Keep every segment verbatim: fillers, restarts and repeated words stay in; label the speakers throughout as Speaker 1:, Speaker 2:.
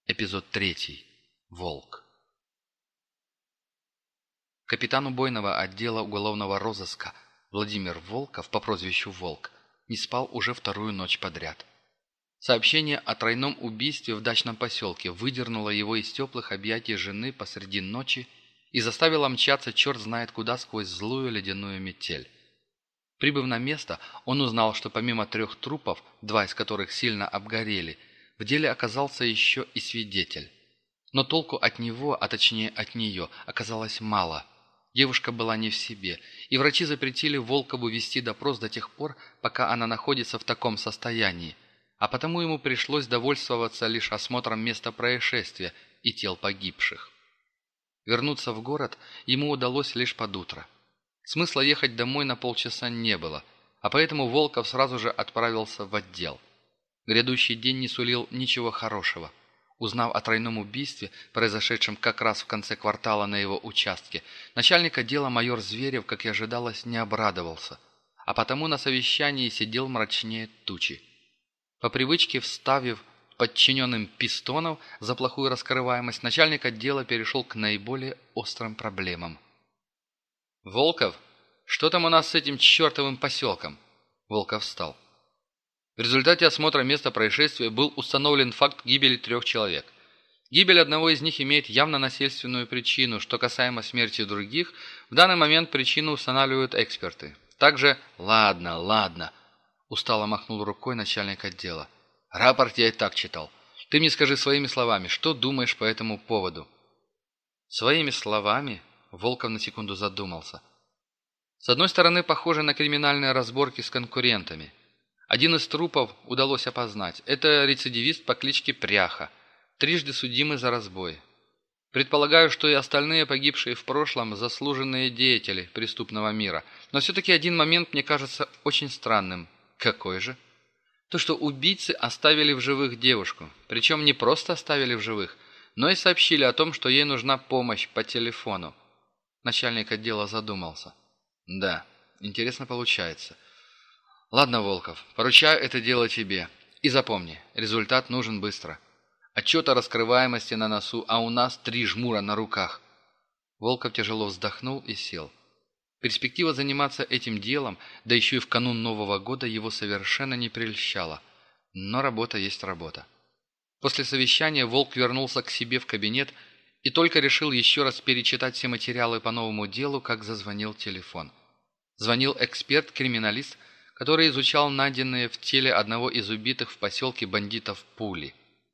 Speaker 1: Эпизод третий. Волк. Капитан убойного отдела уголовного розыска Владимир Волков по прозвищу Волк не спал уже вторую ночь подряд. Сообщение о тройном убийстве в дачном поселке выдернуло его из теплых объятий жены посреди ночи и заставило мчаться черт знает куда сквозь злую ледяную метель. Прибыв на место, он узнал, что помимо трех трупов, два из которых сильно обгорели, в деле оказался еще и свидетель. Но толку от него, а точнее от нее, оказалось мало. Девушка была не в себе, и врачи запретили Волкову вести допрос до тех пор, пока она находится в таком состоянии, а потому ему пришлось довольствоваться лишь осмотром места происшествия и тел погибших. Вернуться в город ему удалось лишь под утро. Смысла ехать домой на полчаса не было, а поэтому Волков сразу же отправился в отдел. Грядущий день не сулил ничего хорошего. Узнав о тройном убийстве, произошедшем как раз в конце квартала на его участке, начальник отдела майор Зверев, как и ожидалось, не обрадовался, а потому на совещании сидел мрачнее тучи. По привычке, вставив подчиненным пистонов за плохую раскрываемость, начальник отдела перешел к наиболее острым проблемам. «Волков, что там у нас с этим чертовым поселком?» Волков встал. В результате осмотра места происшествия был установлен факт гибели трех человек. Гибель одного из них имеет явно насильственную причину. Что касаемо смерти других, в данный момент причину устанавливают эксперты. Также «Ладно, ладно», – устало махнул рукой начальник отдела. «Рапорт я и так читал. Ты мне скажи своими словами, что думаешь по этому поводу?» «Своими словами?» – Волков на секунду задумался. «С одной стороны, похоже на криминальные разборки с конкурентами. Один из трупов удалось опознать. Это рецидивист по кличке Пряха, трижды судимый за разбой. Предполагаю, что и остальные погибшие в прошлом заслуженные деятели преступного мира. Но все-таки один момент мне кажется очень странным». «Какой же?» «То, что убийцы оставили в живых девушку. Причем не просто оставили в живых, но и сообщили о том, что ей нужна помощь по телефону». Начальник отдела задумался. «Да, интересно получается. Ладно, Волков, поручаю это дело тебе. И запомни, результат нужен быстро. Отчет о раскрываемости на носу, а у нас три жмура на руках». Волков тяжело вздохнул и сел. Перспектива заниматься этим делом, да еще и в канун Нового года, его совершенно не прельщала. Но работа есть работа. После совещания Волк вернулся к себе в кабинет и только решил еще раз перечитать все материалы по новому делу, как зазвонил телефон. Звонил эксперт-криминалист, который изучал найденные в теле одного из убитых в поселке бандитов пули.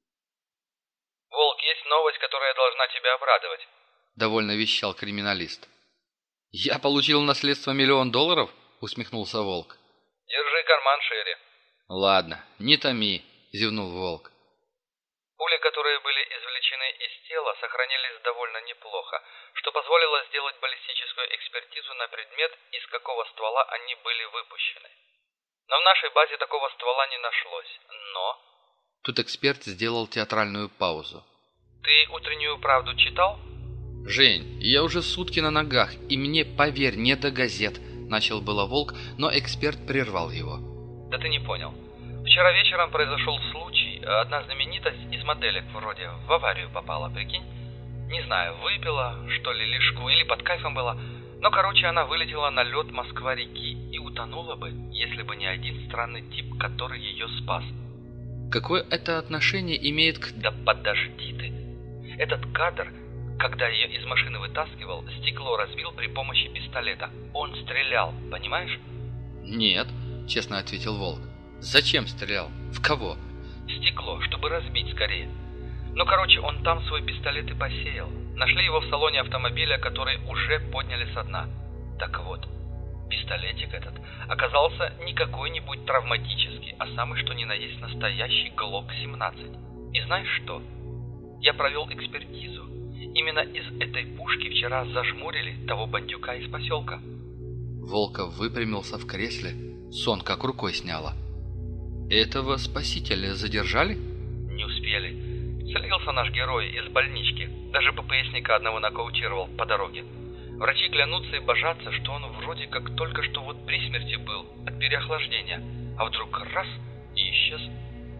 Speaker 2: «Волк, есть новость, которая должна тебя обрадовать»,
Speaker 1: — довольно вещал криминалист. «Я получил наследство миллион долларов?» — усмехнулся Волк.
Speaker 2: «Держи карман шире».
Speaker 1: «Ладно, не томи», — зевнул Волк.
Speaker 2: «Пули, которые были извлечены из тела, сохранились довольно неплохо, что позволило сделать баллистическую экспертизу на предмет, из какого ствола они были выпущены. Но в нашей базе такого ствола не нашлось. Но...»
Speaker 1: Тут эксперт сделал театральную паузу.
Speaker 2: «Ты утреннюю правду читал?»
Speaker 1: «Жень, я уже сутки на ногах, и мне, поверь, не до газет», — начал было Волк, но эксперт прервал его.
Speaker 2: «Да ты не понял. Вчера вечером произошел случай. Одна знаменитость из моделек вроде в аварию попала, прикинь? Не знаю, выпила, что ли, лишку, или под кайфом была. Но, короче, она вылетела на лед Москва-реки и утонула бы, если бы не один странный тип, который ее спас».
Speaker 1: «Какое это отношение имеет к...»
Speaker 2: «Да подожди ты. Этот кадр, когда ее из машины вытаскивал, стекло разбил при помощи пистолета. Он стрелял, понимаешь?»
Speaker 1: «Нет», — честно ответил Волк. «Зачем стрелял? В кого?»
Speaker 2: «В стекло, чтобы разбить скорее. Ну, короче, он там свой пистолет и посеял. Нашли его в салоне автомобиля, который уже подняли со дна. Так вот, пистолетик этот оказался не какой-нибудь травматический, а самый что ни на есть настоящий глок семнадцать. И знаешь что? Я провел экспертизу. Именно из этой пушки вчера зажмурили того бандюка из поселка».
Speaker 1: Волков выпрямился в кресле. Сон как рукой сняло. «Этого спасителя задержали?»
Speaker 2: «Не успели. Слился наш герой из больнички. Даже ППСника одного нокаутировал по дороге. Врачи клянутся и божатся, что он вроде как только что вот при смерти был от переохлаждения. А вдруг раз и исчез».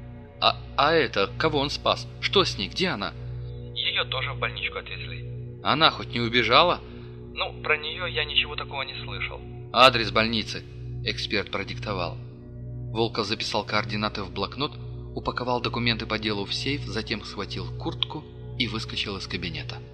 Speaker 1: А, а это, кого он спас? Что с ней? Где она?
Speaker 2: Ее тоже в больничку отвезли.
Speaker 1: Она хоть не убежала?
Speaker 2: Ну, про нее я ничего такого не слышал.
Speaker 1: Адрес больницы. Эксперт продиктовал. Волков записал координаты в блокнот, упаковал документы по делу в сейф, затем схватил куртку и выскочил из кабинета.